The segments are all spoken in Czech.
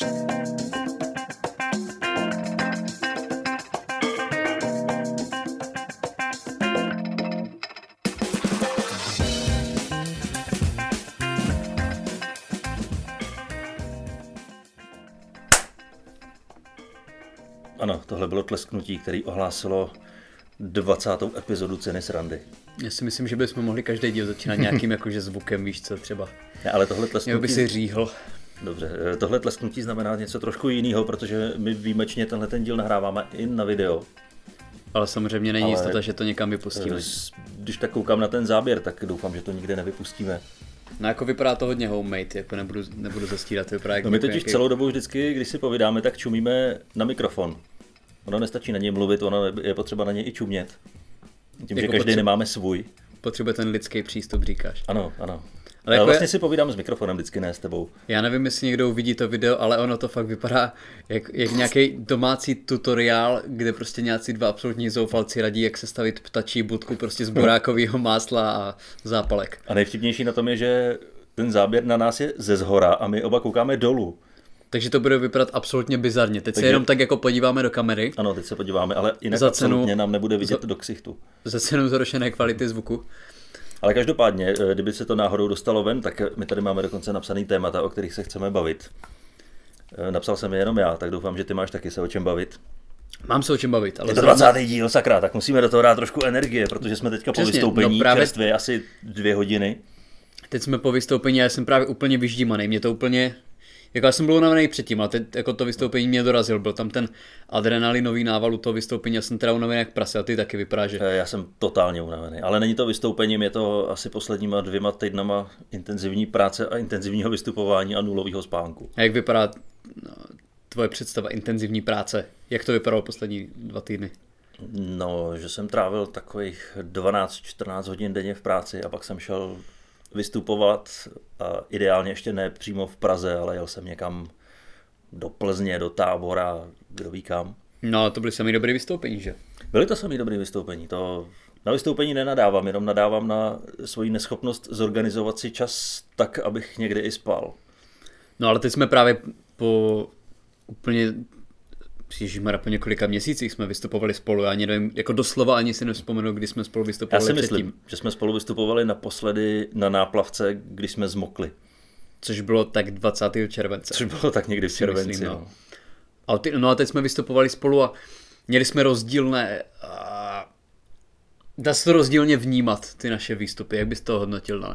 Ano, tohle bylo tlesknutí, který ohlásilo 20. epizodu Ceny srandy. Já si myslím, že bychom mohli každý díl začínat nějakým jakože zvukem, víš co, třeba. Ne, ale tohle tlesknutí... By si říhl. Dobře, tohle tlesknutí znamená něco trošku jiného, protože my výjimečně tenhle ten díl nahráváme i na video. Ale samozřejmě není jistota, že to někam vypustíme. Když tak koukám na ten záběr, tak doufám, že to nikde nevypustíme. No jako vypadá to hodně homemade, jako nebudu zastírat, to vypadá jako my totiž celou dobu vždycky, když si povídáme, tak čumíme na mikrofon. Ono nestačí na něj mluvit, ono je potřeba na něj i čumět. Tím, jako že každý nemáme svůj. Potřebuje ten lidský přístup, říkáš. Ano, ano. Ale jako vlastně si povídám s mikrofonem vždycky, ne s tebou. Já nevím, jestli někdo uvidí to video, ale ono to fakt vypadá jak nějaký domácí tutoriál, kde prostě nějací dva absolutní zoufalci radí, jak se stavit ptačí budku prostě z borákového másla a zápalek. A nejvtipnější na tom je, že ten záběr na nás je ze zhora a my oba koukáme dolů. Takže to bude vypadat absolutně bizarně. Teď se jenom tak jako podíváme do kamery. Ano, teď se podíváme, ale jinak absolutně nám nebude vidět do ksichtu. Za cenu zhoršené kvality zvuku. Ale každopádně, kdyby se to náhodou dostalo ven, tak my tady máme dokonce napsaný témata, o kterých se chceme bavit. Napsal jsem je jenom já, tak doufám, že ty máš taky se o čem bavit. Mám se o čem bavit. Ale je to 20. díl, sakra, tak musíme do toho dát trošku energie, protože jsme teďka po vystoupení čerstvě asi 2 hodiny. Teď jsme po vystoupení a já jsem právě úplně vyždímaný, mě to úplně... Jako já jsem byl unavený předtím, ale teď jako to vystoupení mě dorazil, byl tam ten adrenalinový nával u toho vystoupení, já jsem teda unavený jak prase a ty taky vypadá, že... Já jsem totálně unavený, ale není to vystoupením, je to asi posledníma 2 týdnama intenzivní práce a intenzivního vystupování a nulového spánku. A jak vypadá tvoje představa intenzivní práce? Jak to vypadalo poslední 2 týdny? No, že jsem trávil takových 12-14 hodin denně v práci a pak jsem šel vystupovat a ideálně ještě ne přímo v Praze, ale jel jsem někam do Plzně, do Tábora, kdo ví kam. No, to byly samý dobrý vystoupení, že? Byly to samý dobrý vystoupení, to na vystoupení nenadávám, jenom nadávám na svoji neschopnost zorganizovat si čas tak, abych někdy i spal. No ale teď jsme právě po úplně... Ježišmarja, po několika měsících jsme vystupovali spolu, já nevím, jako doslova ani si nevzpomenu, kdy jsme spolu vystupovali předtím. Já si myslím, že jsme spolu vystupovali naposledy na náplavce, když jsme zmokli. Což bylo tak 20. července. Což bylo tak někdy v červenci, myslím, no. A teď jsme vystupovali spolu a měli jsme rozdílné... Dá se to rozdílně vnímat, ty naše výstupy, jak bys to hodnotil, ne?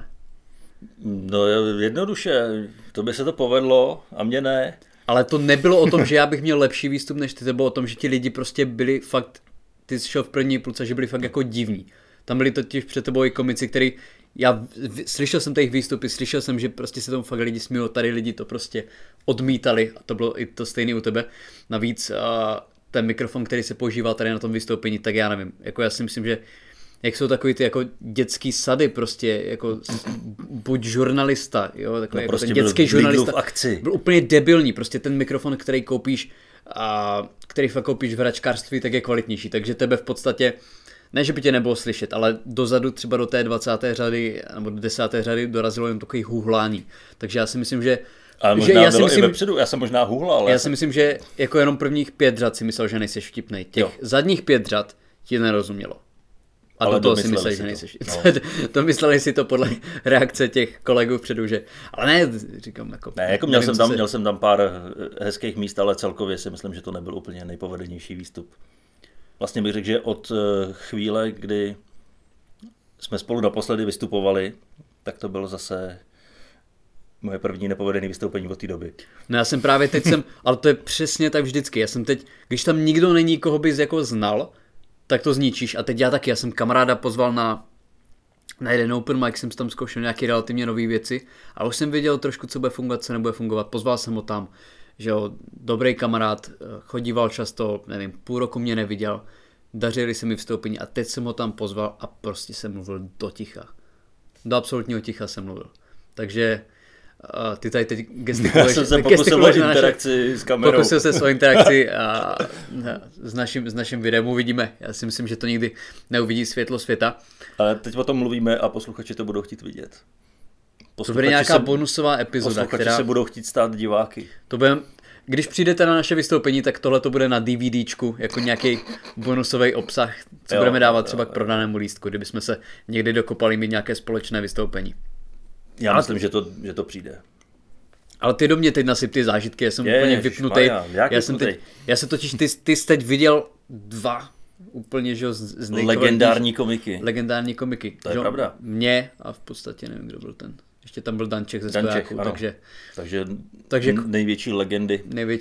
No jednoduše, to by se to povedlo a mě ne. Ale to nebylo o tom, že já bych měl lepší výstup než ty, to bylo o tom, že ti lidi prostě byli fakt, ty jsi šel v první půlce, že byli fakt jako divní. Tam byli totiž před tebou i komici, který, slyšel jsem těch výstupy, slyšel jsem, že prostě se tomu fakt lidi smělo, tady lidi to prostě odmítali a to bylo i to stejné u tebe. Navíc ten mikrofon, který se používá tady na tom vystoupení, tak já nevím, jako já si myslím, že jak jsou takový ty jako dětský sady prostě, jako buď žurnalista, jo, takový jako prostě ten dětský žurnalista, byl úplně debilní, prostě ten mikrofon, který koupíš, který fakt koupíš v hračkářství, tak je kvalitnější, takže tebe v podstatě, ne, že by tě nebylo slyšet, ale dozadu třeba do té 20. řady nebo do 10. řady dorazilo jen takový huhlání, takže já si myslím, že ale možná já bylo i vepředu, já jsem možná huhlal. Ale já si myslím, že jako jenom prvních 5 řad si myslel, že nejseš vtipnej, těch zadních 5 řad ti nerozumělo. A ale do toho si mysleli, že nejseš. No. To mysleli si to podle reakce těch kolegů vpředu, že... Ale ne, říkám jako... Ne, jako měl jsem tam pár hezkých míst, ale celkově si myslím, že to nebyl úplně nejpovedenější výstup. Vlastně bych řekl, že od chvíle, kdy jsme spolu naposledy vystupovali, tak to bylo zase moje první nepovedené vystoupení od té doby. No já jsem právě teď ale to je přesně tak vždycky. Já jsem teď, když tam nikdo není, koho bys jako znal, tak to zničíš. A teď já jsem kamaráda pozval na jeden open mic, jsem tam zkoušel nějaké relativně nové věci a už jsem věděl trošku, co bude fungovat, co nebude fungovat. Pozval jsem ho tam, že jo, dobrý kamarád, chodíval často, nevím, půl roku mě neviděl, dařili se mi vstoupení a teď jsem ho tam pozval a prostě jsem mluvil do ticha. Do absolutního ticha jsem mluvil. Takže ty tady teď gestikuluješ. Já jsem se pokusil o interakci s kamerou. Pokusil se o interakci s naším videem, uvidíme. Já si myslím, že to nikdy neuvidí světlo světa. Ale teď o tom mluvíme a posluchači to budou chtít vidět. To bude nějaká bonusová epizoda, která se budou chtít stát diváky. Když přijdete na naše vystoupení, tak tohle to bude na DVDčku, jako nějaký bonusový obsah, co budeme dávat třeba k prodanému lístku, kdybychom se někdy dokopali mít nějaké společné vystoupení. Já myslím, že to přijde. Ale ty do mě teď nasyp ty zážitky, já jsem úplně vypnutý. Já jsem totiž, ty jsi teď viděl 2 úplně, že z legendární komiky. Legendární komiky. To je pravda. Mě a v podstatě nevím, kdo byl ten. Ještě tam byl Danček ze Spojáků, takže největší legendy.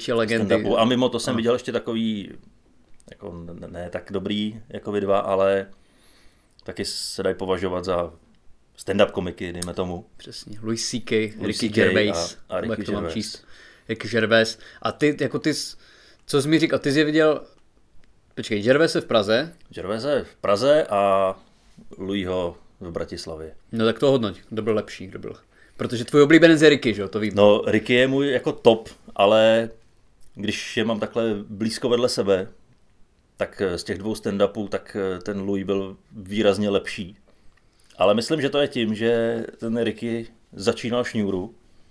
A mimo to jsem viděl ještě takový, jako ne tak dobrý jako vy dva, ale taky se dají považovat za stand-up komiky, dejme tomu. Přesně. Louis C.K., Ricky Gervais. A Ricky Gervais. Ricky Gervais. A ty, jako co jsi mi říkal, ty jsi je viděl, počkej, Gervaise v Praze? Gervaise v Praze a Louisho v Bratislavě. No tak to hodnoť, kdo byl lepší, kdo byl. Protože tvůj oblíbenec je Ricky, že jo, to vím. No, Ricky je můj jako top, ale když je mám takhle blízko vedle sebe, tak z těch 2 stand-upů, tak ten Louis byl výrazně lepší. Ale myslím, že to je tím, že ten Ricky začínal šňůru.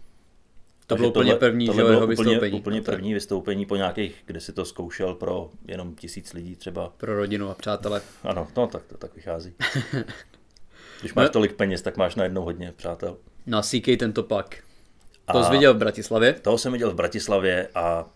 To bylo úplně první, že jeho vystoupení. Úplně první vystoupení po nějakých, kde si to zkoušel pro jenom 1000 lidí třeba. Pro rodinu a přátele. Ano, no tak to tak vychází. Když máš tolik peněz, tak máš najednou hodně přátel. No a CK tento pak. To jsi viděl v Bratislavě? Toho jsem viděl v Bratislavě a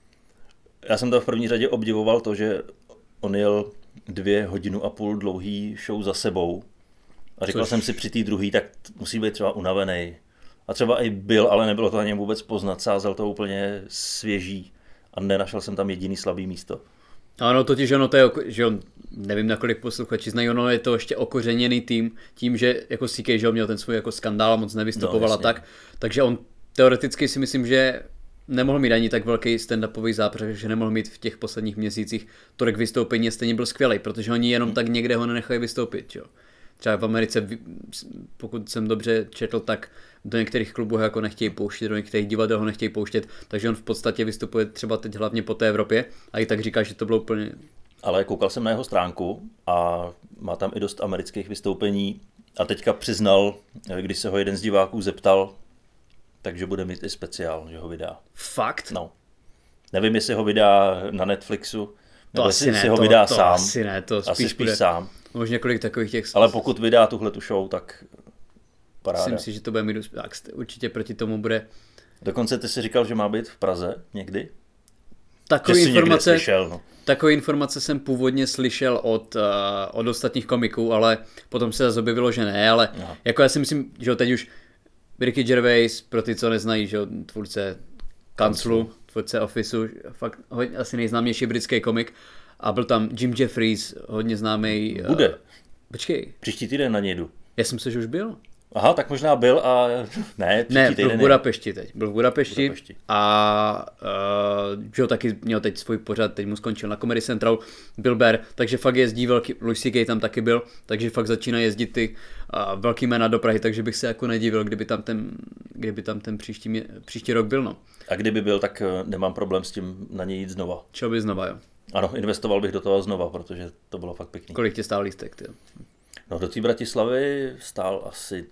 já jsem to v první řadě obdivoval to, že on jel 2,5 hodiny dlouhý show za sebou. A říkal jsem si při té druhé, tak musí být třeba unavený. A třeba i byl, ale nebylo to ani vůbec poznat. Sázel to úplně svěží a nenašel jsem tam jediný slabý místo. Ano, totiž ono to je, že on, nevím, na kolik posluchači znají, ono je to ještě okořeněný tím, že jako CK, že on měl ten svůj jako skandál a moc nevystupoval a tak. Takže on teoreticky si myslím, že nemohl mít ani tak velký stand-upový zápřeh, že nemohl mít v těch posledních měsících tolik vystoupení a stejně byl skvělý, protože oni jenom tak někde ho nenechají vystoupit, jo. Třeba v Americe, pokud jsem dobře četl, tak do některých klubů ho jako nechtějí pouštět, do některých divadel ho nechtějí pouštět, takže on v podstatě vystupuje třeba teď hlavně po té Evropě a i tak říká, že to bylo úplně... Ale koukal jsem na jeho stránku a má tam i dost amerických vystoupení a teďka přiznal, když se ho jeden z diváků zeptal, takže bude mít i speciál, že ho vydá. Fakt? No. Nevím, jestli ho vydá na Netflixu, nebo asi si ho vydá sám. Asi ne, to spíš bude sám. Možná několik takových těch... Ale pokud vydá tuhletu show, tak paráda. Myslím si, že to bude mít určitě proti tomu bude... Dokonce ty si říkal, že má být v Praze někdy? Takové informace jsem původně slyšel od ostatních komiků, ale potom se zase objevilo, že ne, ale jako já si myslím, že teď už Ricky Gervais, pro ty, co neznají, že tvůrce Kanclu, tvůrce Officeu, fakt asi nejznámější britský komik, a byl tam Jim Jeffries, hodně známý. Bude. Počkej. Příští týden na něj jdu. Já jsem se, že už byl. Aha, tak možná byl a ne, byl v Budapešti teď. Byl v Budapešti. A Joe taky měl teď svůj pořad, teď mu skončil na Comedy Central, Bill Burr, takže fakt jezdí velký, Louis C.K. tam taky byl, takže fakt začíná jezdit ty velký jména do Prahy, takže bych se jako nedivil, kdyby tam ten příští rok byl, no. A kdyby byl, tak nemám problém s tím na něj jít znova. Čo by znova, jo. Ano, investoval bych do toho znova, protože to bylo fakt pěkný. Kolik tě stál lístek, ty? No do té Bratislavy stál asi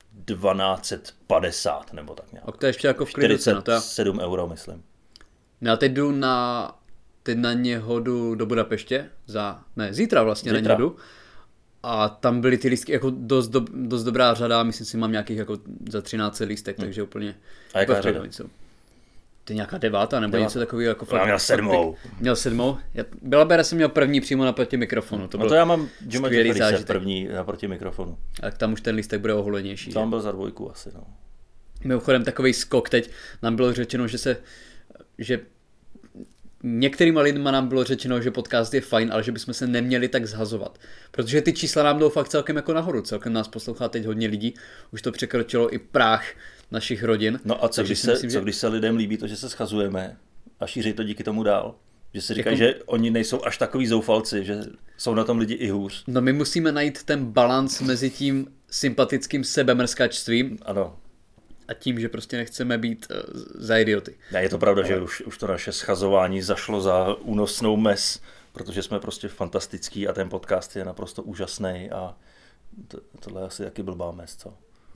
1250 nebo tak nějak. A to je ještě jako v klidu cena. 47 euro, myslím. No a teď na něho jdu do Budapeště, zítra vlastně na něho jdu. A tam byly ty lístky jako dost dobrá řada, myslím si, mám nějakých jako za 13 lístek, takže úplně... A jaká řada? To je nějaká 9. nebo něco takového jako fakt. Já měl 7. Měl 7. Byla Bera jsem měl první přímo naproti mikrofonu. To já mám Jima Jeffriese první naproti mikrofonu. A tam už ten lístek bude oholenější. Tam byl za 2 asi, no. Mimochodem takovej skok teď nám bylo řečeno, že některýma lidma nám bylo řečeno, že podcast je fajn, ale že bychom se neměli tak zhazovat. Protože ty čísla nám jdou fakt celkem jako nahoru. Celkem nás poslouchá teď hodně lidí. Už to překročilo i práh našich rodin. No a co když se lidem líbí to, že se schazujeme a šíří to díky tomu dál? Že si říkají, že oni nejsou až takový zoufalci, že jsou na tom lidi i hůř. No my musíme najít ten balans mezi tím sympatickým sebemrskačstvím. Ano. A tím, že prostě nechceme být za idioty. Ne, je to pravda, že už to naše schazování zašlo za únosnou mez, protože jsme prostě fantastický a ten podcast je naprosto úžasný a tohle asi taky blbá mez, co?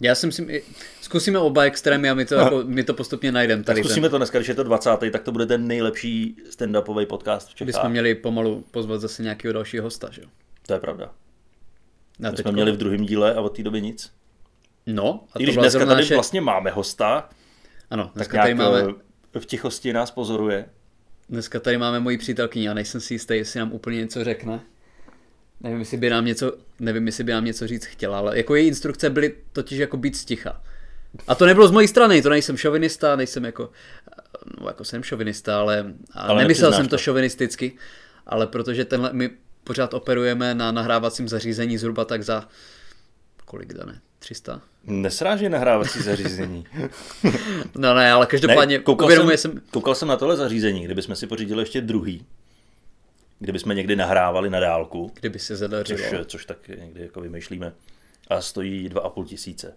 Já si myslím, zkusíme oba extrémy a my to postupně najdeme. Zkusíme to dneska, když je to 20. tak to bude ten nejlepší stand-upový podcast v Čechách. Bychom měli pomalu pozvat zase nějakého dalšího hosta, že jo? To je pravda. My jsme měli v druhém díle a od té doby nic. No, a i když dneska tady vlastně máme hosta, ano, tak nějak tady máme... v tichosti nás pozoruje. Dneska tady máme moji přítelkyni a nejsem si jistý, jestli nám úplně něco řekne. Nevím, jestli by nám něco říct chtěla, ale jako její instrukce byly totiž jako být sticha. A to nebylo z mojí strany, to nejsem šovinista, nejsem jako jsem šovinista, ale nemyslel jsem to šovinisticky, ale protože my pořád operujeme na nahrávacím zařízení zhruba tak za kolik, Dane? 300? Nesráží nahrávací zařízení. No ne, ale každopádně koukal jsem na tohle zařízení, kdybychom si pořídili ještě druhý. Kdybychom někdy nahrávali na dálku. Kdyby se zadařilo. Což tak někdy jako vymýšlíme. A stojí 2 500.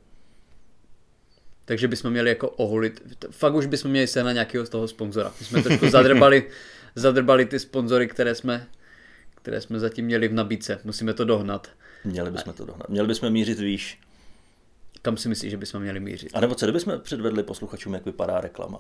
Takže bychom měli jako oholit. Fakt už bychom měli sehnat nějakého z toho sponzora. My jsme trošku zadrbali ty sponzory, které jsme zatím měli v nabídce. Musíme to dohnat. Měli bychom mířit výš. Kam si myslíš, že bychom měli mířit? A nebo co kdybychom předvedli posluchačům, jak vypadá reklama?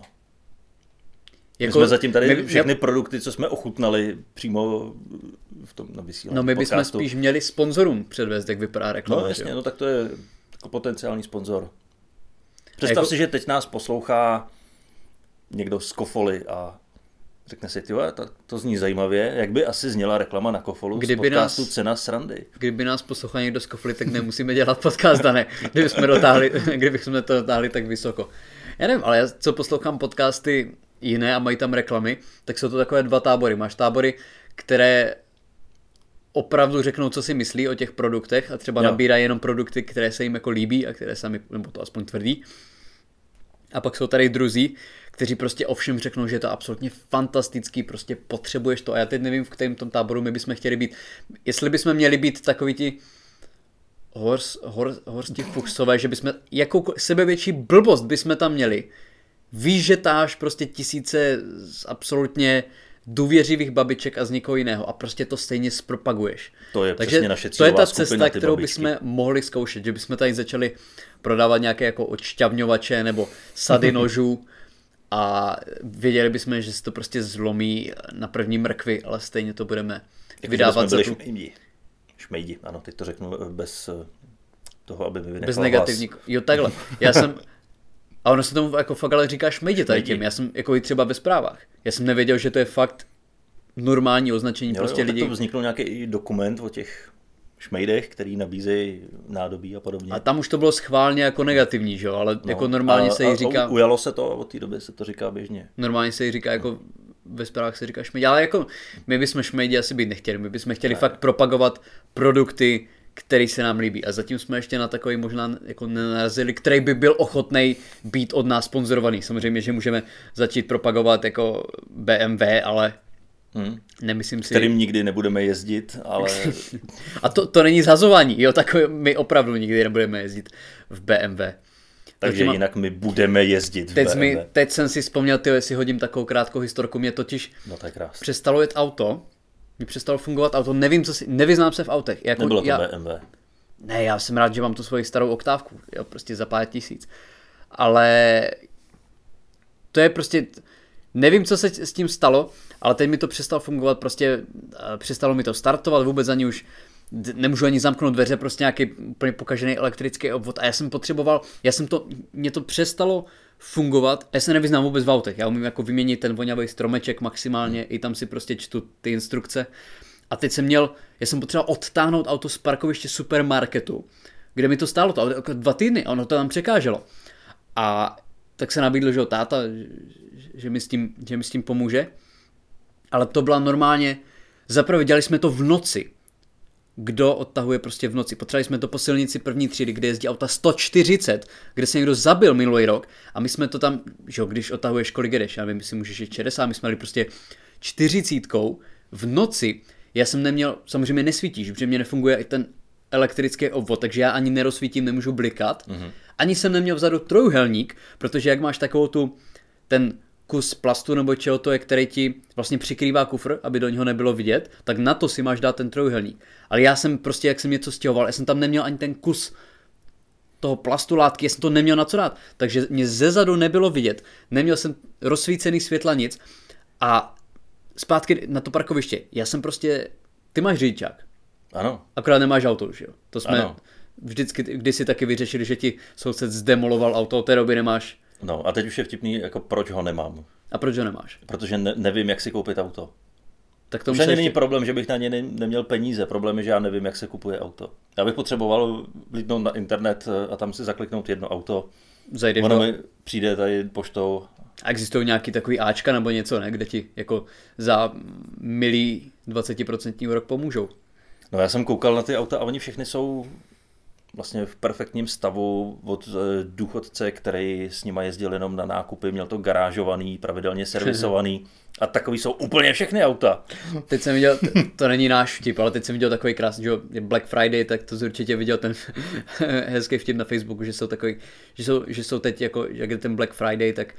My jsme zatím tady všechny produkty, co jsme ochutnali přímo v tom na vysílání. No my bychom spíš měli sponzorům předvést, jak vypadá reklama. No jasně, no tak to je jako potenciální sponzor. Představ si, že teď nás poslouchá někdo z Kofoly a řekne si, to zní zajímavě, jak by asi zněla reklama na Kofolu z podcastu Cena srandy. Kdyby nás poslouchal někdo z Kofoly, tak nemusíme dělat podcast, Dane. Kdybychom to dotáhli tak vysoko. Já nevím, ale já co poslouchám podcasty jiné a mají tam reklamy, tak jsou to takové dva tábory. Máš tábory, které opravdu řeknou, co si myslí o těch produktech a třeba nabírají jenom produkty, které se jim jako líbí a které sami, nebo to aspoň tvrdí. A pak jsou tady druzí, kteří prostě ovšem řeknou, že je to absolutně fantastický, prostě potřebuješ to. A já teď nevím, v kterém tom táboru my bychom chtěli být. Jestli bychom měli být takový ti horsti fuchsové, že bychom jakou sebevětší blbost bychom tam měli. Víš, že táš prostě tisíce z absolutně důvěřivých babiček a z někoho jiného a prostě to stejně zpropaguješ. To je přesně naše cílová skupina. To je ta cesta, kterou bychom mohli zkoušet, že bychom tady začali prodávat nějaké jako odšťavňovače nebo sady nožů a věděli bychom, že se to prostě zlomí na první mrkvi, ale stejně to budeme vydávat za tu... Šmejdi, ano, teď to řeknu bez toho, aby mi vynechal bez negativní... Hlas. Jo, takhle. A ono se tomu jako fakt ale říká šmejdi tady tím. Já jsem jako i třeba ve zprávách. Já jsem nevěděl, že to je fakt normální označení prostě lidí. Tak to vznikl nějaký dokument o těch šmejdech, který nabízejí nádobí a podobně. A tam už to bylo schválně jako negativní, že jo, ale jako normálně se jí říká... Ujalo se to a od té doby se to říká běžně. Normálně se jí říká jako ve zprávách se říká šmejdi, ale jako my bychom šmejdi asi být nechtěli. My bychom chtěli fakt propagovat produkty, který se nám líbí. A zatím jsme ještě na takový možná jako nenarazili, který by byl ochotnej být od nás sponzorovaný. Samozřejmě, že můžeme začít propagovat jako BMW, ale nemyslím si... Kterým nikdy nebudeme jezdit, ale... A to není zhazování, jo, tak my opravdu nikdy nebudeme jezdit v BMW. Takže jinak my budeme jezdit v BMW. Teď jsem si vzpomněl, jestli hodím takovou krátkou historku, mě totiž přestalo jet auto, mi přestalo fungovat auto, nevyznám se v autech. Jako nebylo to BMW. Ne, já jsem rád, že mám tu svoji starou oktávku, jo, prostě za pár tisíc. Ale to je prostě, nevím, co se s tím stalo, ale teď mi to přestalo fungovat, prostě přestalo mi to startovat, vůbec ani už nemůžu ani zamknout dveře, prostě nějaký úplně pokažený elektrický obvod a mě to přestalo fungovat, já se nevyznám vůbec v autech, já umím jako vyměnit ten vonavý stromeček maximálně, i tam si prostě čtu ty instrukce a teď já jsem potřeboval odtáhnout auto z parkoviště supermarketu, kde mi to stálo to auto jako 2 týdny a ono to tam překáželo a tak se nabídl, že táta, že mi s tím pomůže, ale to byla normálně, zaprvé dělali jsme to v noci. Kdo odtahuje prostě v noci. Potřebovali jsme to po silnici první třídy, kde jezdí auta 140, kde se někdo zabil minulý rok a my jsme to tam, že jo, když odtahuješ, kolik jedeš, já nevím, jestli můžeš jít 60, my jsme měli prostě 40 v noci. Já jsem neměl, samozřejmě nesvítíš, protože mě nefunguje i ten elektrický obvod, takže já ani nerozsvítím, nemůžu blikat. Ani jsem neměl vzadu trojúhelník, protože jak máš takovou ten kus plastu nebo čeho to je, který ti vlastně přikrývá kufr, aby do něho nebylo vidět, tak na to si máš dát ten trojúhelník. Ale já jsem prostě, jak jsem něco stěhoval, já jsem tam neměl ani ten kus toho plastu látky, já jsem to neměl na co dát. Takže mě zezadu nebylo vidět, neměl jsem rozsvícený světla nic a zpátky na to parkoviště. Já jsem prostě, ty máš řidičák. Ano. Akorát nemáš auto, že jo? To jsme ano. vždycky, kdysi taky vyřešili, že ti soused zdemoloval auto, od té doby nemáš. No a teď už je vtipný, jako proč ho nemám. A proč ho nemáš? Protože nevím, jak si koupit auto. Tak to už ani není problém, že bych na ně neměl peníze. Problém je, že já nevím, jak se kupuje auto. Já bych potřeboval vlítnout na internet a tam si zakliknout jedno auto. Ono mi přijde tady poštou. A existují nějaký takový Ačka nebo něco, ne? Kde ti jako za milý 20% úrok pomůžou? No já jsem koukal na ty auta a oni všechny jsou vlastně v perfektním stavu od důchodce, který s nima jezdil jenom na nákupy, měl to garážovaný, pravidelně servisovaný a takový jsou úplně všechny auta. Teď jsem viděl, to není náš vtip, ale teď jsem viděl takový krásný, že Black Friday, tak to určitě viděl ten hezký vtip na Facebooku, že jsou takový, že jsou teď jako, jak je ten Black Friday, tak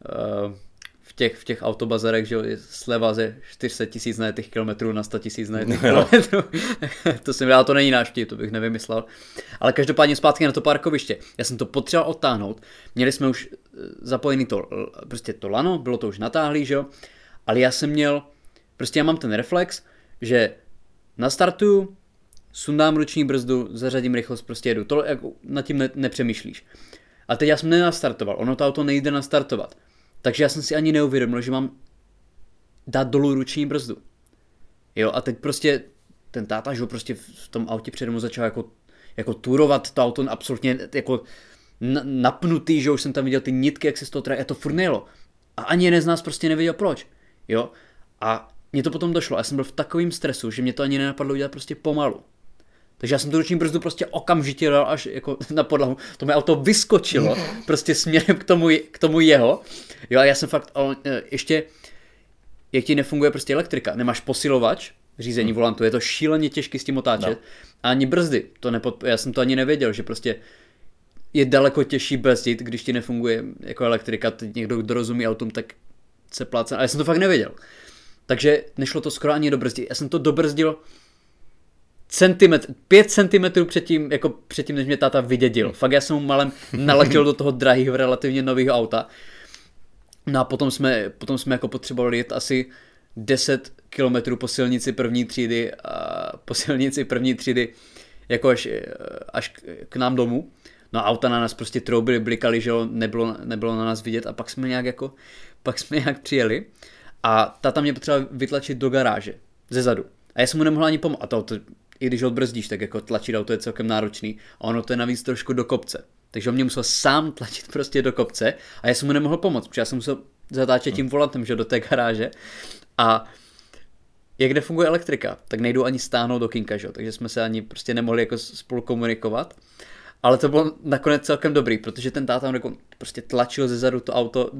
v těch autobazarech, že je sleva ze 400 000 najetých kilometrů na 100 000 najetých kilometrů. To jsem dělal, to není náš vtip, to bych nevymyslel. Ale každopádně zpátky na to parkoviště. Já jsem to potřeboval odtáhnout. Měli jsme už zapojený to lano, bylo to už natáhlý, že jo. Ale já jsem měl, já mám ten reflex, že nastartuju, sundám ruční brzdu, zařadím rychlost, prostě jedu. To jako nad tím nepřemýšlíš. A teď já jsem nenastartoval, ono to auto nejde nastartovat. Takže já jsem si ani neuvědomil, že mám dát dolů ruční brzdu. Jo, a teď prostě ten táta, že prostě v tom autě přede mnou začal jako turovat to auto absolutně jako napnutý, že už jsem tam viděl ty nitky, jak se z toho a to furt nejelo. A ani jeden z nás prostě nevěděl proč. Jo, a mně to potom došlo. Já jsem byl v takovém stresu, že mě to ani nenapadlo udělat prostě pomalu. Takže já jsem tu ruční brzdu prostě okamžitě dal až jako na podlahu. To mé auto vyskočilo prostě směrem k tomu jeho. Jo, a já jsem fakt, ještě, jak ti nefunguje prostě elektrika, nemáš posilovač, řízení volantu, je to šíleně těžký s tím otáčet. No. A ani brzdy, já jsem to ani nevěděl, že prostě je daleko těžší brzdit, když ti nefunguje jako elektrika, teď někdo, kdo rozumí autům, tak se plácá. Ale já jsem to fakt nevěděl. Takže nešlo to skoro ani dobrzdit. Já jsem to dobrzdil 5 centimetrů předtím, než mě táta vydědil. Fakt já jsem mu malem naletěl do toho drahého, relativně nového auta. No a potom jsme jako potřebovali jet asi 10 kilometrů po silnici první třídy jako až k nám domů. No a auta na nás prostě troubily, blikali, že jo, nebylo na nás vidět a pak jsme nějak přijeli a táta mě potřeboval vytlačit do garáže ze zadu. A já jsem mu nemohl ani pomoct. A to i když ho odbrzdíš, tak jako tlačit auto je celkem náročný. A ono to je navíc trošku do kopce. Takže on mě musel sám tlačit prostě do kopce a já jsem mu nemohl pomoct, protože já jsem musel zatáčet tím volantem, že do té garáže. A jak nefunguje elektrika, tak nejdu ani stáhnout do kinka, že? Takže jsme se ani prostě nemohli jako spolu komunikovat. Ale to bylo nakonec celkem dobrý, protože ten táta jako prostě tlačil zezadu to auto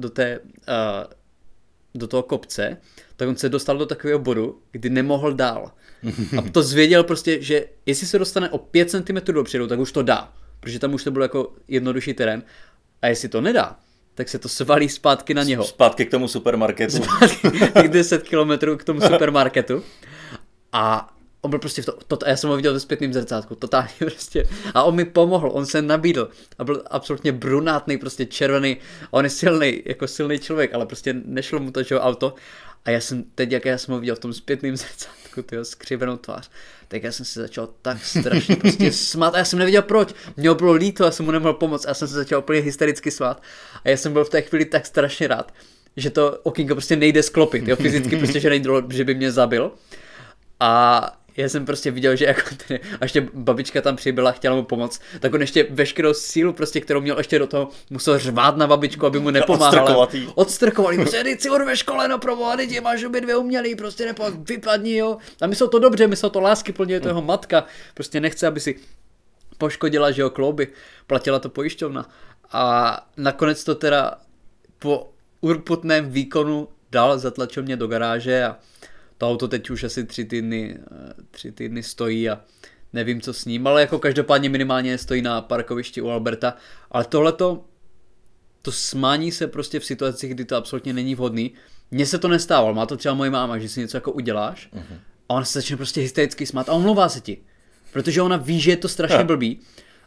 do toho kopce, tak on se dostal do takového bodu, kdy nemohl dál. A to zvěděl prostě, že jestli se dostane o 5 cm dopředu, tak už to dá, protože tam už to bylo jako jednodušší terén. A jestli to nedá, tak se to svalí zpátky na něho. Zpátky k tomu supermarketu. Zpátky 10 km k tomu supermarketu. A on byl prostě já jsem ho viděl ve zpětném zrcátku, totálně prostě. A on mi pomohl, on se nabídl a byl absolutně brunátný, prostě červený. A on je silný člověk, ale prostě nešlo mu to, že auto. A já jsem ho viděl v tom zpětném zrcátku, tyho skřivenou tvář, tak já jsem se začal tak strašně prostě smát a já jsem nevěděl proč. Mě bylo líto, já jsem mu nemohl pomoct a já jsem se začal úplně hystericky smát. A já jsem byl v té chvíli tak strašně rád, že to okýnko prostě nejde sklopit, jo, fyzicky prostě, že by mě zabil. A já jsem prostě viděl, že jako a ještě babička tam přibyla, chtěla mu pomoct, tak on ještě veškerou sílu, prostě, kterou měl ještě do toho, musel řvát na babičku, aby mu nepomáhala. Odstrkovaný, prostě teď si urveš koleno, proboha, teď máš obě dvě umělý, prostě vypadni, jo. A myslel to dobře, myslel to láskyplně, je to jeho matka, prostě nechce, aby si poškodila, že jo, klouby, platila to pojišťovna. A nakonec to teda po urputném výkonu dal, zatlačil mě do garáže a to auto teď už asi 3 týdny stojí a nevím, co s ním, ale jako každopádně minimálně stojí na parkovišti u Alberta. Ale tohleto, to smání se prostě v situaci, kdy to absolutně není vhodný. Mně se to nestávalo, má to třeba moje máma, že si něco jako uděláš a ona se začne prostě hystericky smát a omlouvá se ti. Protože ona ví, že je to strašně blbý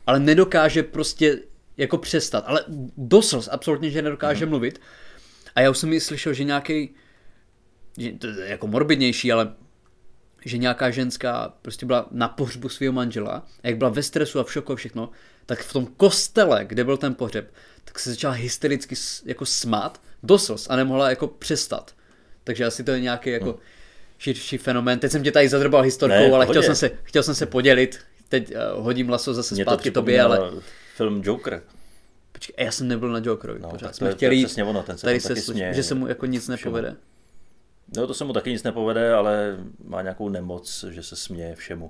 ale nedokáže prostě jako přestat. Ale do slz absolutně, že nedokáže mluvit. A já už jsem ji slyšel, že nějaký, to je jako morbidnější, ale že nějaká ženská prostě byla na pohřbu svého manžela a jak byla ve stresu a v šoku a všechno, tak v tom kostele, kde byl ten pohřeb, tak se začala hystericky jako smát do slz a nemohla jako přestat. Takže asi to je nějaký jako širší fenomén. Teď jsem tě tady zadrbal historkou, ale chtěl jsem se podělit. Teď hodím laso zase zpátky tobě, ale film Joker. Počkej, já jsem nebyl na Jokerovi. No, pořád jsme chtěli jít, přesně ono, ten se tady taky směje, že se mu jako nic nepovede. No to se mu taky nic nepovede, ale má nějakou nemoc, že se směje všemu.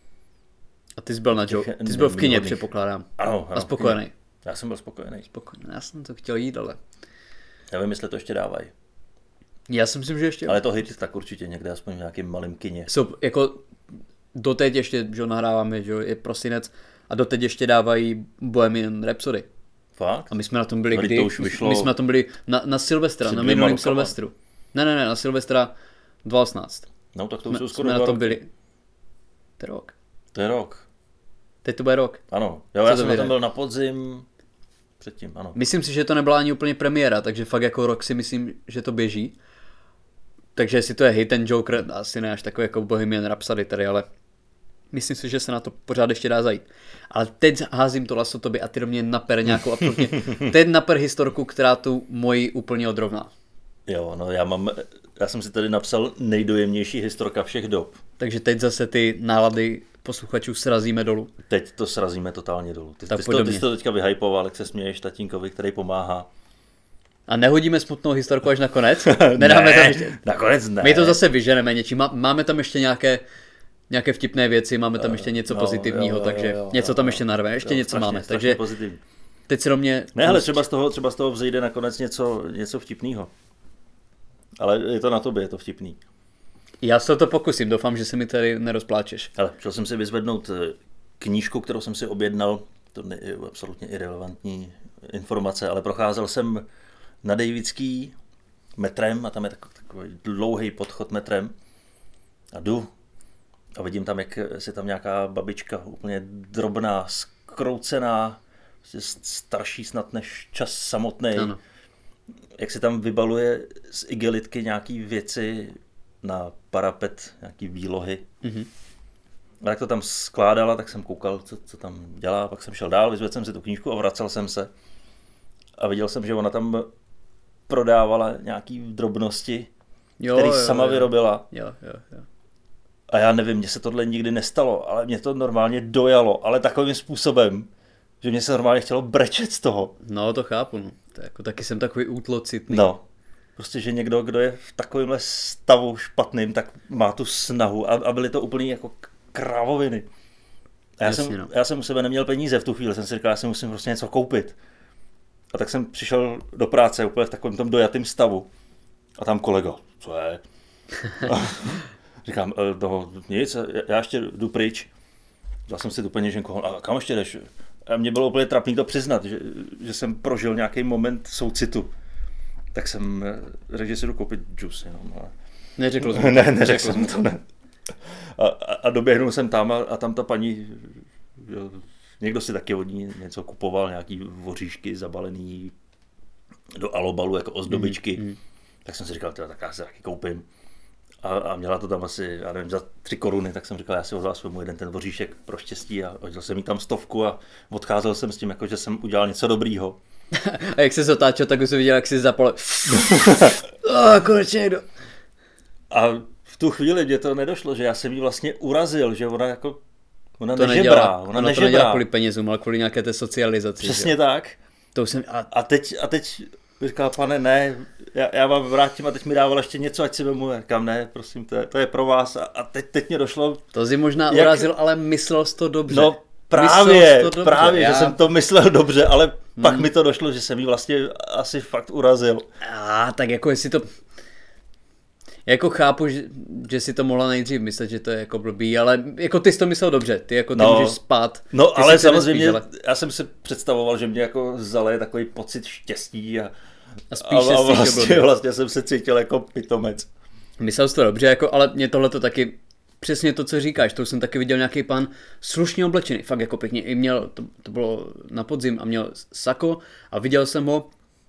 A ty jsi byl ty jsi byl v kině, předpokládám. Ano, a spokojený. Já jsem byl spokojený. Já jsem to chtěl jít, ale... Nevím, jestli to ještě dávají. Já si myslím, že ještě... Ale to hit tak určitě někde, aspoň v nějakým malým kině. Jsou jako doteď ještě, že nahráváme, že je prosinec a doteď ještě dávají Bohemian Rhapsody. Fakt? A my jsme na tom byli kdy? To už vyšlo... My jsme na tom byli na Silvestra, na minulým Silvestru. Ne, na Silvestra 2018. No tak to už jsou skoro jsme na tom byli. To je rok. To je rok. Teď to bude rok. Ano, já jsem na tom byl na podzim předtím, ano. Myslím si, že to nebyla ani úplně premiéra, takže fakt jako rok si myslím, že to běží. Takže jestli to je hit ten Joker, asi ne až takový jako Bohemian Rhapsody tady, ale myslím si, že se na to pořád ještě dá zajít. Ale teď házím to laso tobě a ty do mě naper nějakou absolutně, teď naper historku, která tu moji úplně odrovná. Jo, no já jsem si tady napsal nejdojemnější historka všech dob. Takže teď zase ty nálady posluchačů srazíme dolů. Teď to srazíme totálně dolů. Ty jsi to teďka vyhypoval, jak se směješ tatínkovi, který pomáhá. A nehodíme smutnou historku až na konec? Nedáme tam ještě... Nakonec ne. My to zase vyženeme něčím. Máme tam ještě nějaké vtipné věci, máme tam ještě něco pozitivního, takže něco tam ještě narve, ještě něco strašně, máme. Takže pozitivní. teď se do mě... Ne, ale třeba z toho vzejde nakonec něco vtipného. Ale je to na tobě, je to vtipný. Já se to pokusím, doufám, že se mi tady nerozpláčeš. Ale chtěl jsem si vyzvednout knížku, kterou jsem si objednal, to je absolutně irelevantní informace, ale procházel jsem na Davidský metrem a tam je takový dlouhý podchod metrem a jdu a vidím tam, jak si tam nějaká babička úplně drobná, zkroucená, starší snad než čas samotný, jak si tam vybaluje z igelitky nějaký věci na parapet, nějaký výlohy. Mm-hmm. A jak to tam skládala, tak jsem koukal, co tam dělá, pak jsem šel dál, vyzvedl jsem si tu knížku a vracel jsem se. A viděl jsem, že ona tam prodávala nějaký drobnosti, které sama vyrobila. Jo. A já nevím, mně se tohle nikdy nestalo, ale mě to normálně dojalo, ale takovým způsobem, že mě se normálně chtělo brečet z toho. No, to chápu, no. To jako, taky jsem takový útlocitný. No, prostě, že někdo, kdo je v takovémhle stavu špatným, tak má tu snahu a byly to úplně jako krávoviny. A já jsem u sebe neměl peníze v tu chvíli, jsem si říkal, já si musím prostě něco koupit. A tak jsem přišel do práce úplně v takovém tom dojatém stavu. A tam kolega, co je? A říkám, nic, já ještě jdu pryč. Dal jsem si tu peněženku, a kam ještě jdeš? A mě bylo úplně trapný to přiznat, že jsem prožil nějaký moment soucitu. Tak jsem řekl, že si jdu koupit džus jenom. Neřekl jsem. Neřekl jsem to, ne. A doběhnul jsem tam a tam ta paní, někdo si taky od ní něco kupoval, nějaký voříšky zabalený do alobalu jako ozdobičky. Tak jsem si říkal, tak já si taky koupím. A měla to tam asi, já nevím, za 3 koruny, tak jsem říkal, já si od vás vezmu jeden ten voříšek pro štěstí a hodil jsem jí tam 100 a odcházel jsem s tím, jako, že jsem udělal něco dobrýho. A jak se zatáčel, tak už jsem viděl, jak si zapal. Konečně někdo. A v tu chvíli mě to nedošlo, že já jsem jí vlastně urazil, že ona nežebrá. Ona to nedělá kvůli penězům, ale kvůli nějaké té socializaci. Přesně že? Tak. To jsem, a teď říkal, pane, ne, já vám vrátím a teď mi dával ještě něco, ať si vemu. Já říkám, ne, prosím, to je pro vás. A teď mě došlo. To jsi možná urazil, ale myslel jsi to dobře. No právě, že jsem to myslel dobře, ale pak mi to došlo, že jsem jí vlastně asi fakt urazil. Tak jako jestli to... Jako chápu, že si to mohla nejdřív myslet, že to je jako blbý, ale jako ty jsi to myslel dobře, ty jako ty můžeš spát. No ale samozřejmě, já jsem si představoval, že mě jako zaleje takový pocit štěstí a vlastně jsem se cítil jako pitomec. Myslel jsi to dobře, jako, ale mě tohle to taky přesně to, co říkáš, to jsem taky viděl nějaký pán slušně oblečený, fakt jako pěkně, i měl, to bylo na podzim a měl sako a viděl jsem ho,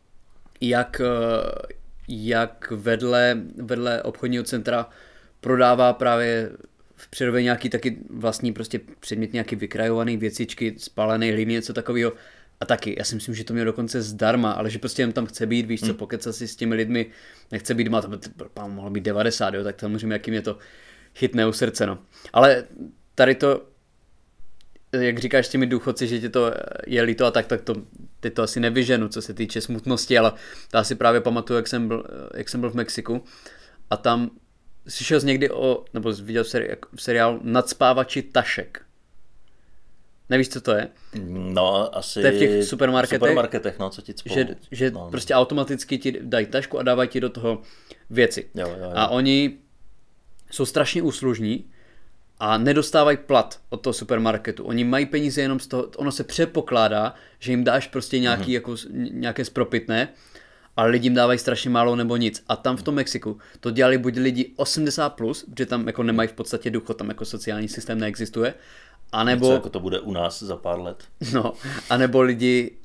jak vedle obchodního centra prodává právě v Přerově nějaký taky vlastní prostě předmět, nějaký vykrajovaný věcičky, spálený lín, něco takového. A taky, já si myslím, že to měl dokonce zdarma, ale že prostě jen tam chce být, víš co, pokecat si s těmi lidmi, nechce být doma, to mohlo být 90, jo, tak samozřejmě jaký mě to chytne u srdce, no. Ale tady to, jak říkáš s těmi důchodci, že ti to je líto a tak to, teď to asi nevyženu, co se týče smutnosti, ale já si právě pamatuju, jak jsem byl v Mexiku a tam slyšel jsi někdy nebo viděl v seriálu Nacpávači tašek. Nevíš, co to je? No, asi to je v těch supermarketech, no, co ti cpou. Že no. Prostě automaticky ti dají tašku a dávají ti do toho věci. Jo. A oni jsou strašně úslužní a nedostávají plat od toho supermarketu. Oni mají peníze jenom z toho, ono se předpokládá, že jim dáš prostě nějaké spropitné, ale lidi jim dávají strašně málo nebo nic. A tam v tom Mexiku to dělali buď lidi 80+, protože tam jako nemají v podstatě důchod, tam jako sociální systém neexistuje, anebo... Něco jako to bude u nás za pár let. No, anebo lidi,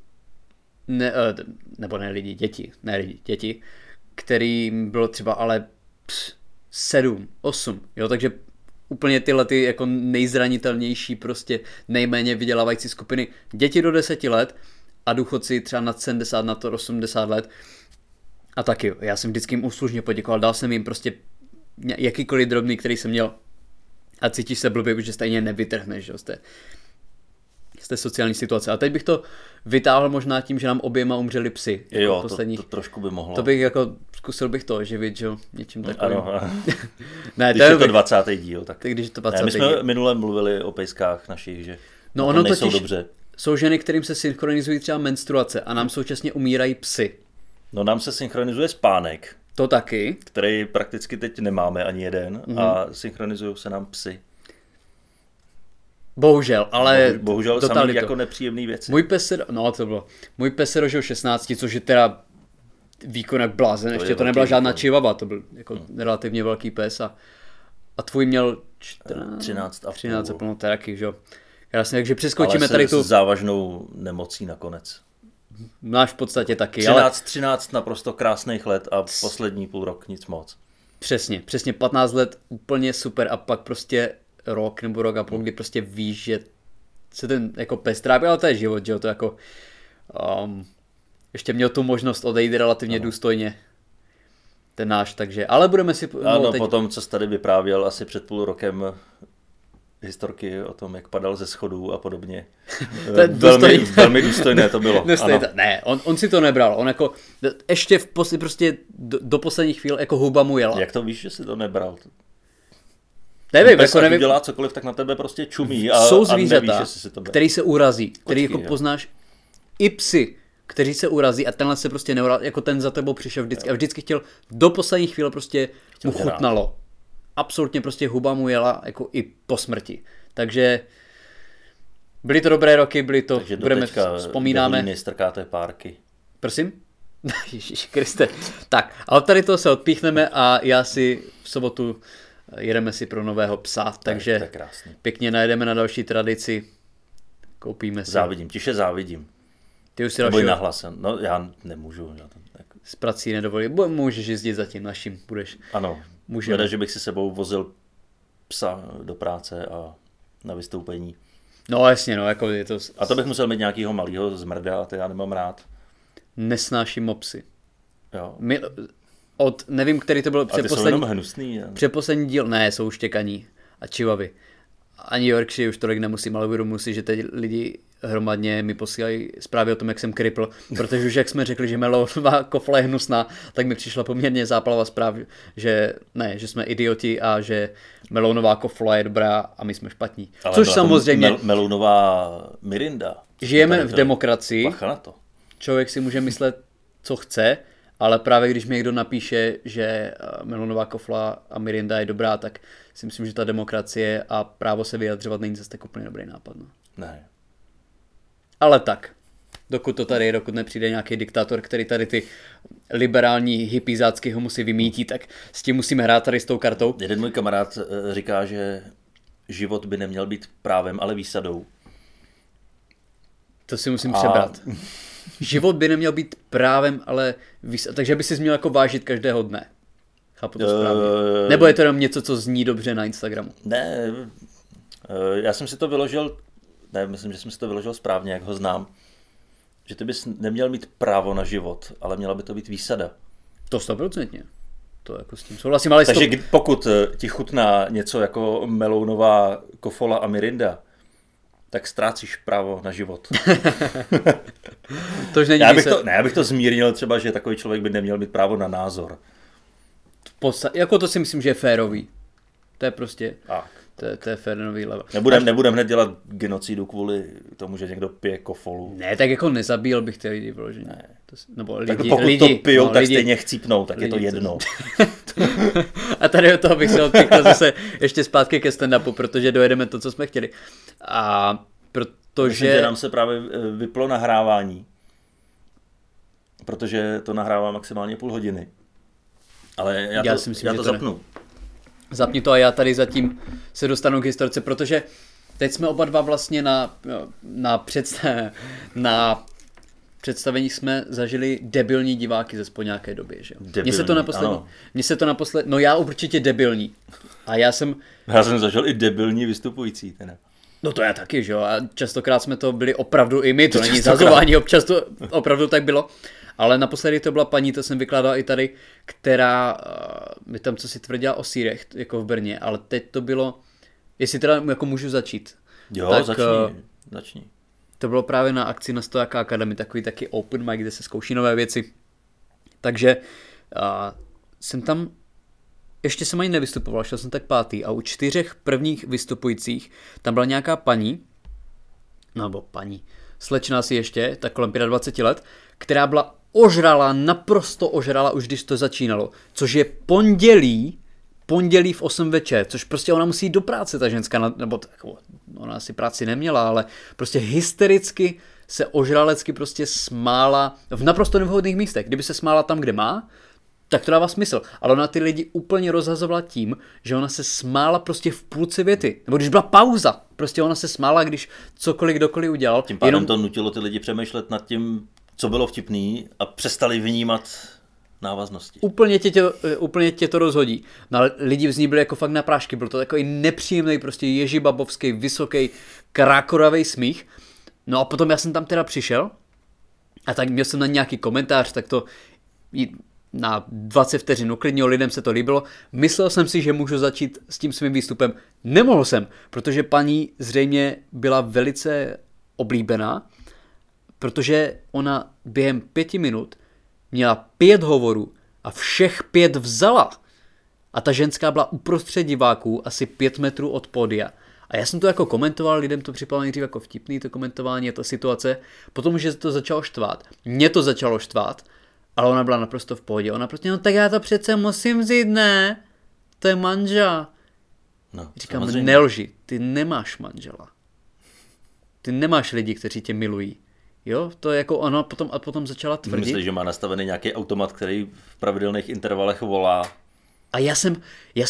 děti, kterým bylo třeba ale 7, 8, jo, takže úplně tyhle ty jako nejzranitelnější, prostě nejméně vydělávající skupiny, děti do 10 let a důchodci třeba nad 70, nad 80 let. A taky, já jsem vždycky jim úslužně poděkoval, dal jsem jim prostě jakýkoliv drobný, který jsem měl a cítíš se blbě, že stejně nevytrhneš, že z té sociální situace. A teď bych to vytáhl možná tím, že nám oběma umřeli psy. Jo, to trošku by mohlo. To bych jako, zkusil bych to oživit, že jo, něčím takovým. Ano. Ne, když je to 20. díl, tak... Když je to 20. My jsme minule mluvili o pejskách našich, že no ono nejsou totiž, dobře. Jsou ženy, kterým se synchronizují třeba menstruace a nám současně umírají psy. No nám se synchronizuje spánek. To taky. Který prakticky teď nemáme ani jeden a synchronizují se nám psy. Bohužel, ale bohužel samý jako nepříjemný věci. Můj pes se dožil 16, což je teda výkon jak blázen, ještě to nebyla žádná čivava, to byl jako relativně velký pes a tvůj měl 13 a 13 no, taky, že jo. Krásně, takže přeskočíme tady tu... s závažnou nemocí nakonec. Máš v podstatě taky, 13 naprosto krásných let a poslední půl rok nic moc. Přesně 15 let úplně super a pak prostě rok nebo rok a půl, kdy prostě víš, že se ten jako pes trápí, ale to je život, že jo, to jako ještě měl tu možnost odejít relativně důstojně ten náš, takže, ale budeme si... Ano, teď... potom, co jsi tady vyprávěl asi před půl rokem historky o tom, jak padal ze schodů a podobně. velmi důstojné to bylo. Ne, on si to nebral, on jako ještě prostě do poslední chvíle jako huba mu jela. Jak to víš, že si to nebral? Nevím, jako nevím. Dělá cokoliv, tak na tebe prostě čumí a jsou zvířata, nevíš, jestli si to bere. který se urazí, který jako poznáš, i psy, kteří se urazí a tenhle se prostě neurazí, jako ten za tebou přišel vždycky a vždycky chtěl, do poslední chvíle prostě mu chutnalo. Absolutně prostě huba mu jela jako i po smrti. Takže byly to dobré roky, takže budeme vzpomínáme. Takže strkáte párky. Prosím? Ježíš Kriste. Tak, ale tady to se odpíchneme a já si v sobotu jedeme si pro nového psa, takže pěkně najedeme na další tradici, koupíme si. Tiše závidím. Ty už si další. Nahlas, no já nemůžu. S prací nedovolí, můžeš jezdit za tím naším, budeš. Ano, můžeme. Že bych si sebou vozil psa do práce a na vystoupení. No jasně, no jako je to... A to bych musel mít nějakýho malýho zmrda a to já nemám rád. Nesnáším mopsy. Jo. Nevím, který to byl předposlední díl, ne, jsou štěkaní a čivavy. Ani Yorkshire už tolik nemusím, ale uvědomuji si, že teď lidi hromadně mi posílají zprávy o tom, jak jsem kripl, protože už jak jsme řekli, že melounová kofle je hnusná, tak mi přišla poměrně záplava zpráv, že jsme idioti a že melounová kofla je dobrá a my jsme špatní. Ale což samozřejmě... Melounová Mirinda. Žijeme v demokracii. Bacha na to. Člověk si může myslet, co chce, ale právě když mi někdo napíše, že melounová kofla a Mirinda je dobrá, tak si myslím, že ta demokracie a právo se vyjadřovat není zase tak úplně dobrý nápad. No. Ne. Ale tak. dokud nepřijde nějaký diktátor, který tady ty liberální hippiezácky ho musí vymítí, tak s tím musíme hrát tady s tou kartou. Jeden můj kamarád říká, že život by neměl být právem, ale výsadou. To si musím přebrat. Život by neměl být právem, ale takže by si měl jako vážit každého dne. Chápu to správně. Nebo je to jenom něco, co zní dobře na Instagramu? Ne, já jsem si to vyložil, myslím, že jsem si to vyložil správně, jak ho znám. Že ty bys neměl mít právo na život, ale měla by to být výsada. To 100%. To jako s tím souhlasím, ale takže pokud ti chutná něco jako melounová kofola a mirinda, tak ztrácíš právo na život. To už není já bych to zmírnil třeba, že takový člověk by neměl mít právo na názor. Jako to si myslím, že je férový. To je prostě, to je férový level. Nebudem hned dělat genocidu kvůli tomu, že někdo pije kofolu. Ne, tak jako nezabíjel bych ty lidi vyloženě. Ne. Nebo tak pokud to pijou, tak stejně chcípnou, tak je to jedno. A tady od toho bych se odpíkl zase ještě zpátky ke stand-upu, protože dojedeme to, co jsme chtěli. A protože... Myslím, že nám se právě vyplo nahrávání, protože to nahrává maximálně půl hodiny. Ale já to zapnu. Zapni to a já tady zatím se dostanu k historce, protože teď jsme oba dva vlastně na představení jsme zažili debilní diváky ze po nějaké době, že jo? Mně se to naposledy, no já určitě debilní. A já jsem zažil i debilní vystupující, teda. No to já taky, že jo? A častokrát jsme to byli opravdu i my, to není zazování, občas to opravdu tak bylo. Ale naposledy to byla paní, to jsem vykládal i tady, která mi tam co si tvrdila o sýrech, jako v Brně, ale teď to bylo, jestli teda jako můžu začít. Jo, tak, začni. To bylo právě na akci na Stojáka Academy, takový taky open mic, kde se zkouší nové věci. Takže jsem tam, ještě jsem ani nevystupoval, šel jsem tak 5. a u 4 prvních vystupujících tam byla nějaká paní, slečna asi ještě, tak kolem 25 let, která byla naprosto ožrala, už když to začínalo, což je pondělí v 8 večer, což prostě ona musí jít do práce, ta ženská, nebo tak, ona asi práci neměla, ale prostě hystericky se ožralecky prostě smála v naprosto nevhodných místech. Kdyby se smála tam, kde má, tak to dává smysl. Ale ona ty lidi úplně rozhazovala tím, že ona se smála prostě v půlce věty. Nebo když byla pauza, prostě ona se smála, když cokoliv kdokoliv udělal. Tím pádem to nutilo ty lidi přemýšlet nad tím, co bylo vtipný a přestali vnímat návaznosti. Úplně tě to rozhodí. No ale lidi z ní byli jako fakt na prášky. Byl to takový nepříjemný, prostě ježibabovský, vysoký, krákoravej smích. No a potom já jsem tam teda přišel a tak měl jsem na nějaký komentář, tak to na 20 vteřin uklidnil, lidem se to líbilo. Myslel jsem si, že můžu začít s tím svým výstupem. Nemohl jsem, protože paní zřejmě byla velice oblíbená, protože ona během 5 minut měla 5 hovorů a všech 5 vzala. A ta ženská byla uprostřed diváků, asi 5 metrů od pódia. A já jsem to jako komentoval, lidem to připadalo nejdřív jako vtipný, to komentování, ta situace. Potom, že to začalo štvát. Mě to začalo štvát, ale ona byla naprosto v pohodě. Ona prostě, no tak já to přece musím vzít, ne? To je manžel. No, říkám, nelži, ty nemáš manžela. Ty nemáš lidi, kteří tě milují. Jo, to je jako ona potom začala tvrdit. Myslíš, že má nastavený nějaký automat, který v pravidelných intervalech volá? A já jsem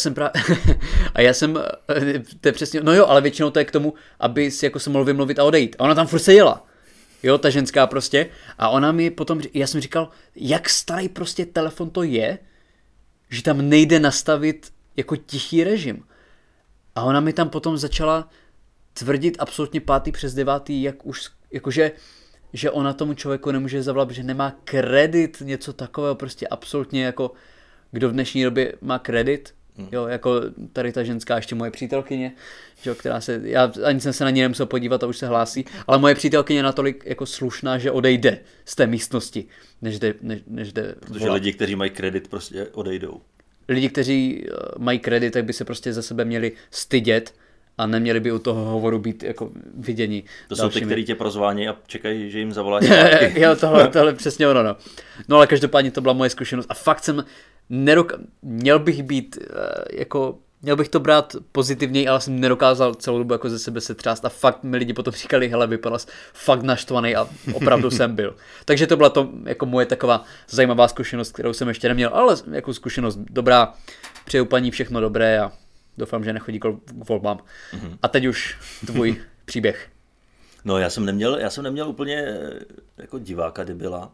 to je přesně, no jo, ale většinou to je k tomu, aby si jako se mohl vymluvit a odejít. A ona tam furt seděla. Jo, ta ženská prostě. A ona mi potom, já jsem říkal, jak starý prostě telefon to je, že tam nejde nastavit jako tichý režim. A ona mi tam potom začala tvrdit absolutně 5. přes 9, jak už, jakože, že ona tomu člověku nemůže zavolat, že nemá kredit, něco takového, prostě absolutně jako, kdo v dnešní době má kredit, jo, jako tady ta ženská, ještě moje přítelkyně, že, která se, já ani jsem se na ní nemusel podívat a už se hlásí, ale moje přítelkyně je natolik jako slušná, že odejde z té místnosti, než jde protože volat. Lidi, kteří mají kredit, prostě odejdou. Lidi, kteří mají kredit, tak by se prostě za sebe měli stydět a neměli by u toho hovoru být jako viděni. To dalšími. Jsou ty, kteří tě prozvání a čekají, že jim zavoláš. Jo, tohle přesně ono, no. No ale každopádně to byla moje zkušenost a fakt jsem měl bych být jako měl bych to brát pozitivněji, ale jsem nedokázal celou dobu jako ze sebe se třást a fakt mi lidi potom říkali, hele, vypadal jsi fakt naštvaný a opravdu jsem byl. Takže to byla to jako moje taková zajímavá zkušenost, kterou jsem ještě neměl, ale jako zkušenost dobrá, přeju paní všechno dobré a doufám, že nechodí k volbám. A teď už tvůj příběh. No já jsem neměl úplně jako diváka debila,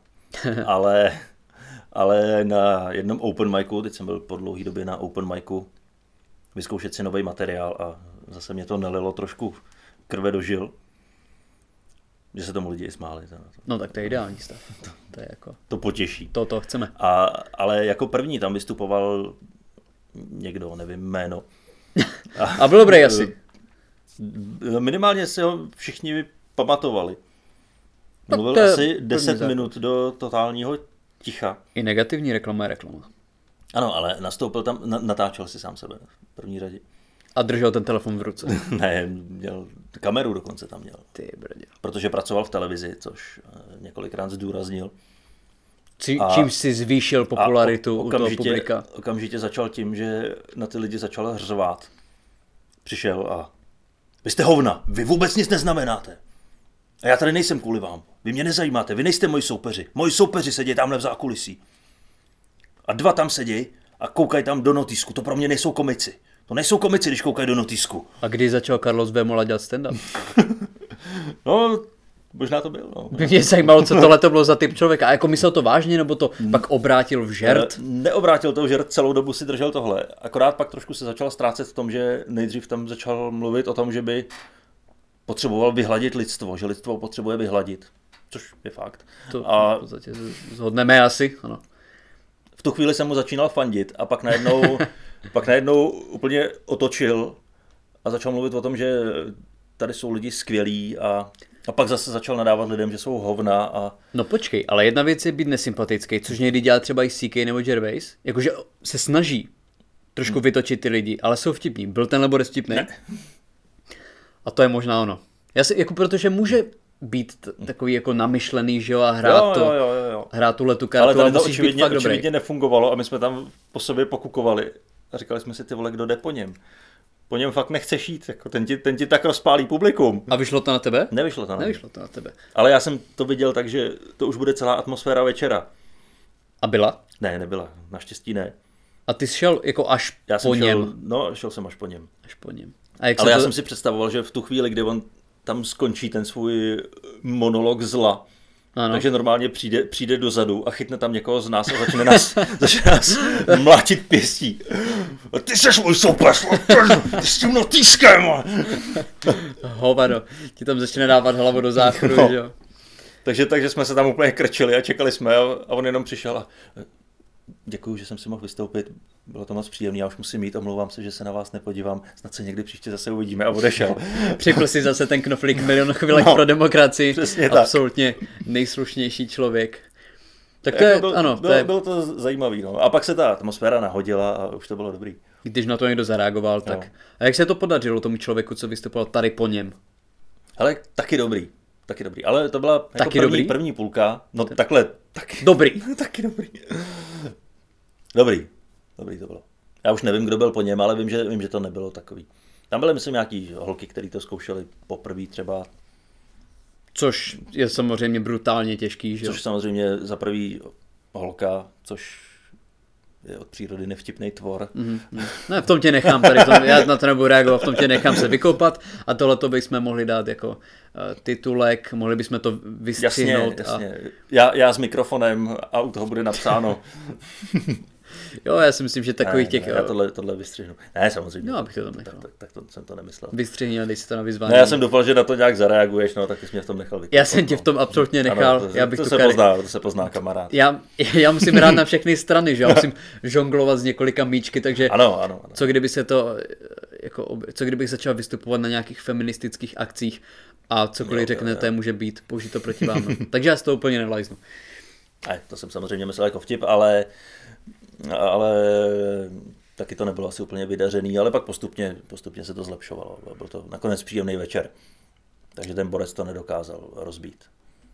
ale na jednom open micu, teď jsem byl po dlouhé době na open micu, vyzkoušet si nový materiál a zase mě to nalilo trošku krve do žil, že se tomu lidi i smáli. No tak to je ideální stav. To je jako... To potěší. To chceme. Ale jako první tam vystupoval někdo, nevím jméno. A byl dobrý asi. Minimálně si ho všichni pamatovali. Mluvil asi 10 minut do totálního ticha. I negativní reklama je reklama. Ano, ale nastoupil tam, natáčel si sám sebe v první řadě. A držel ten telefon v ruce. Ne, měl kameru dokonce tam měl. Ty brdě. Protože pracoval v televizi, což několikrát zdůraznil. Čím si zvýšil popularitu u toho publika? Okamžitě začal tím, že na ty lidi začal řvát. Přišel a vy jste hovna, vy vůbec nic neznamenáte. A já tady nejsem kvůli vám. Vy mě nezajímáte, vy nejste moji soupeři. Moji soupeři sedí tamhle v zákulisí. A 2 tam sedí a koukají tam do notýsku. To pro mě nejsou komici. To nejsou komici, když koukají do notýsku. A kdy začal Carlos Vémola dělat stand-up? No, možná to byl. No. Mě zajímalo, co tohle to bylo za typ člověka. A jako myslel to vážně, nebo to pak obrátil v žert? Neobrátil to v žert, celou dobu si držel tohle. Akorát pak trošku se začal ztrácet v tom, že nejdřív tam začal mluvit o tom, že by potřeboval vyhladit lidstvo, že lidstvo potřebuje vyhladit. Což je fakt. To v podstatě zhodneme asi, ano. V tu chvíli jsem mu začínal fandit a pak najednou úplně otočil a začal mluvit o tom, že tady jsou lidi skvělí a pak zase začal nadávat lidem, že jsou hovna a... No počkej, ale jedna věc je být nesympatický, což někdy dělá třeba i CK nebo Gervais, jakože se snaží trošku vytočit ty lidi, ale jsou vtipní. Byl tenhle bude vtipný? Ne. A to je možná ono. Protože může být takový jako namyšlený, že jo, a hrát tuhletu kartu, ale a musíš být fakt dobrý. Očividně nefungovalo a my jsme tam po sobě pokukovali a říkali jsme si, ty vole, kdo jde po něm. Po něm fakt nechceš jít, jako ten ti tak rozpálí publikum. A vyšlo to na tebe? Nevyšlo to na tebe. Ale já jsem to viděl tak, že to už bude celá atmosféra večera. A byla? Ne, nebyla, naštěstí ne. A ty jsi šel jako až po něm? Šel jsem až po něm. Až po něm. Ale já jsem si představoval, že v tu chvíli, kdy on tam skončí ten svůj monolog zla, ano. Takže normálně přijde dozadu a chytne tam někoho z nás a začne nás mlátit pěstí. A ty seš můj soupeř, ty s tím notýskem. Hovado, ti tam začne dávat hlavu do záchodu, no. Že jo. Takže jsme se tam úplně krčili a čekali jsme a on jenom přišel a děkuju, že jsem si mohl vystoupit, bylo to moc příjemné, já už musím jít, omlouvám se, že se na vás nepodívám, snad se někdy příště zase uvidíme a odešel. Připl si zase ten knoflík milion chvilek pro demokracii, absolutně nejslušnější člověk. Tak to je, bylo to zajímavý, no. A pak se ta atmosféra nahodila a už to bylo dobrý. Když na to někdo zareagoval, tak. No. A jak se to podařilo tomu člověku, co vystupoval tady po něm? Hele, taky dobrý, ale to byla jako první půlka, no takhle, taky. Dobrý. Taky dobrý. Dobrý to bylo. Já už nevím, kdo byl po něm, ale vím, že to nebylo takový. Tam byly, myslím, nějaký holky, který to zkoušeli poprvé třeba. Což je samozřejmě brutálně těžký, že? Což samozřejmě za prvý holka, což je od přírody nevtipný tvor. Ne, v tom tě nechám tady, já na to nebudu reagovat, v tom tě nechám se vykoupat a tohleto bychom mohli dát jako titulek, mohli bychom to vystřihnout. Jasně. Já s mikrofonem a u toho bude napsáno. Jo, já si myslím, že takových těch... Já tohle vystřihnu. Ne, samozřejmě. No, abych to tam nechal. Tak to jsem to nemyslel. Vystřihni a dej si to na vyzvání. Ne, já jsem doufal, že na to nějak zareaguješ, no, tak ty jsi mě v tom nechal vykoupat. Já jsem tě v tom absolutně nechal. Ano, já bych to se pozná, kamarád. Já musím hrát na všechny strany, že já musím žonglovat s několika míčky, takže ano. Co kdyby se to, co kdybych začal vystupovat na nějakých feministických akcích a cokoliv řeknete, může být použito proti vám. Takže já z toho úplně nevlajznu. Ne, to jsem samozřejmě myslel jako vtip, ale taky to nebylo asi úplně vydařený, ale pak postupně se to zlepšovalo. Byl to nakonec příjemný večer. Takže ten borec to nedokázal rozbít.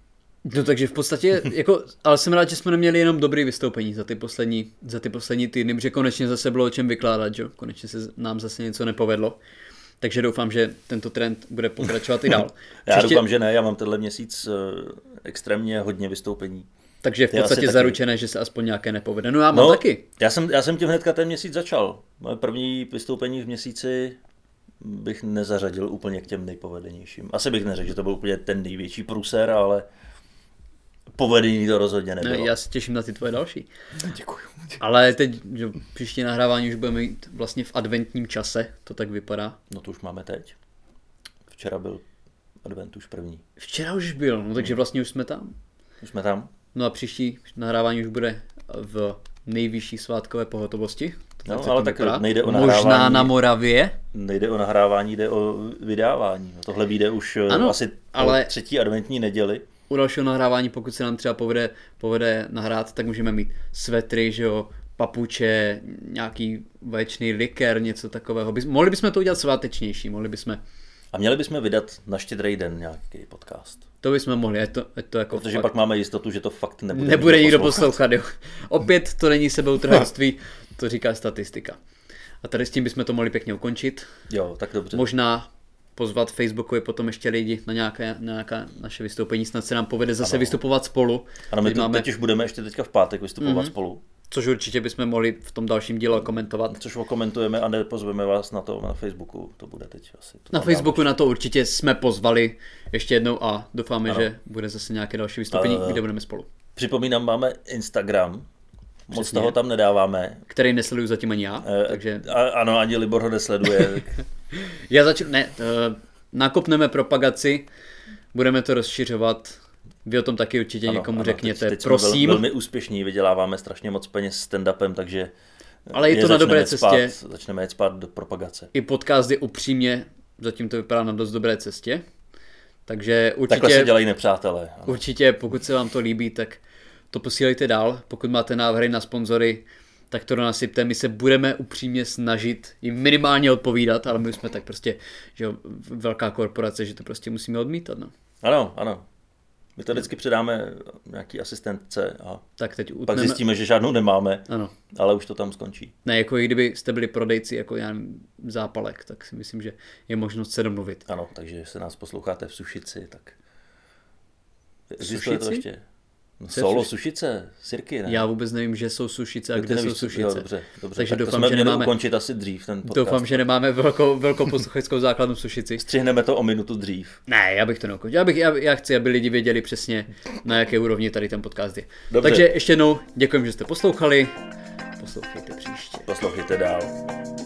No takže v podstatě, jako, ale jsem rád, že jsme neměli jenom dobrý vystoupení za ty poslední týdny, protože konečně zase bylo o čem vykládat, že? Konečně se nám zase něco nepovedlo. Takže doufám, že tento trend bude pokračovat i dál. Já doufám, že ne, já mám tenhle měsíc extrémně hodně vystoupení. Takže v podstatě zaručené, že se aspoň nějaké nepovede. No já mám taky. Já jsem tím hnedka ten měsíc začal. Moje první vystoupení v měsíci bych nezařadil úplně k těm nejpovedenějším. Asi bych neřekl, že to byl úplně ten největší průser, ale povedení to rozhodně nebylo. Ne, já se těším na ty tvoje další. Děkuju. Ale teď, že příští nahrávání už budeme mít vlastně v adventním čase, to tak vypadá. No to už máme teď. Včera byl advent už první. Včera už byl, no takže vlastně už jsme tam. Už jsme tam. No a příští nahrávání už bude v nejvyšší svátkové pohotovosti. No, ale tak nejde o nahrávání. Možná na Moravě. Nejde o nahrávání, jde o vydávání. Tohle vyjde už asi ale třetí adventní neděli. U dalšího nahrávání, pokud se nám třeba povede nahrát, tak můžeme mít svetry, že jo, papuče, nějaký vaječný likér, něco takového. Mohli bychom to udělat svátečnější, A měli bychom vydat na Štědrý den nějaký podcast. To bychom mohli, ať to jako protože fakt pak máme jistotu, že to fakt nebude nikdo poslouchat. Jo. Opět to není sebeutrženství, to říká statistika. A tady s tím bychom to mohli pěkně ukončit. Jo, tak dobře. Možná pozvat Facebookově potom ještě lidi na nějaká naše vystoupení, snad se nám povede zase vystupovat spolu. Ano, my teď už budeme ještě teďka v pátek vystupovat spolu. Což určitě bychom mohli v tom dalším díle komentovat. Což okomentujeme a nepozveme vás na to na Facebooku, to bude teď asi. Na Facebooku na to určitě jsme pozvali ještě jednou a doufáme, že bude zase nějaké další vystoupení, kde budeme spolu. Připomínám, máme Instagram, moc toho tam nedáváme. Který nesleduju zatím ani já, takže... Ano, ani Libor ho nesleduje. Nakopneme propagaci, budeme to rozšiřovat. Vy o tom taky určitě někomu řekněte, teď prosím. Jsme velmi úspěšní, vyděláváme strašně moc peněz stand-upem, takže ale je to na dobré cestě. Začneme jet spát do propagace. I podcast je upřímně, zatím to vypadá na dost dobré cestě. Takže určitě... Takhle se dělají nepřátelé. Ano. Určitě, pokud se vám to líbí, tak to posílejte dál. Pokud máte návrhy na sponzory, tak to nasypte. My se budeme upřímně snažit jim minimálně odpovídat, ale my jsme tak prostě, že velká korporace, že to prostě musíme odmítat. No. Ano. My to vždycky předáme nějaký asistentce a tak teď pak zjistíme, že žádnou nemáme, ano. Ale už to tam skončí. Ne, jako i kdyby jste byli prodejci jako já zápalek, tak si myslím, že je možnost se domluvit. Ano, takže se nás posloucháte v Sušici, tak existuje to ještě. No, Solo, Sušice, Sirky, ne? Já vůbec nevím, že jsou Sušice a kde jsou Sušice. Jo, dobře. Takže tak doufám, že nemáme ukončit asi dřív ten podcast. Doufám, že nemáme velkou posluchačskou základnu v Sušici. Střihneme to o minutu dřív. Ne, já bych to neukončil. Já chci, aby lidi věděli přesně, na jaké úrovni tady ten podcast je. Dobře. Takže ještě jednou děkuji, že jste poslouchali. Poslouchejte příště. Poslouchejte dál.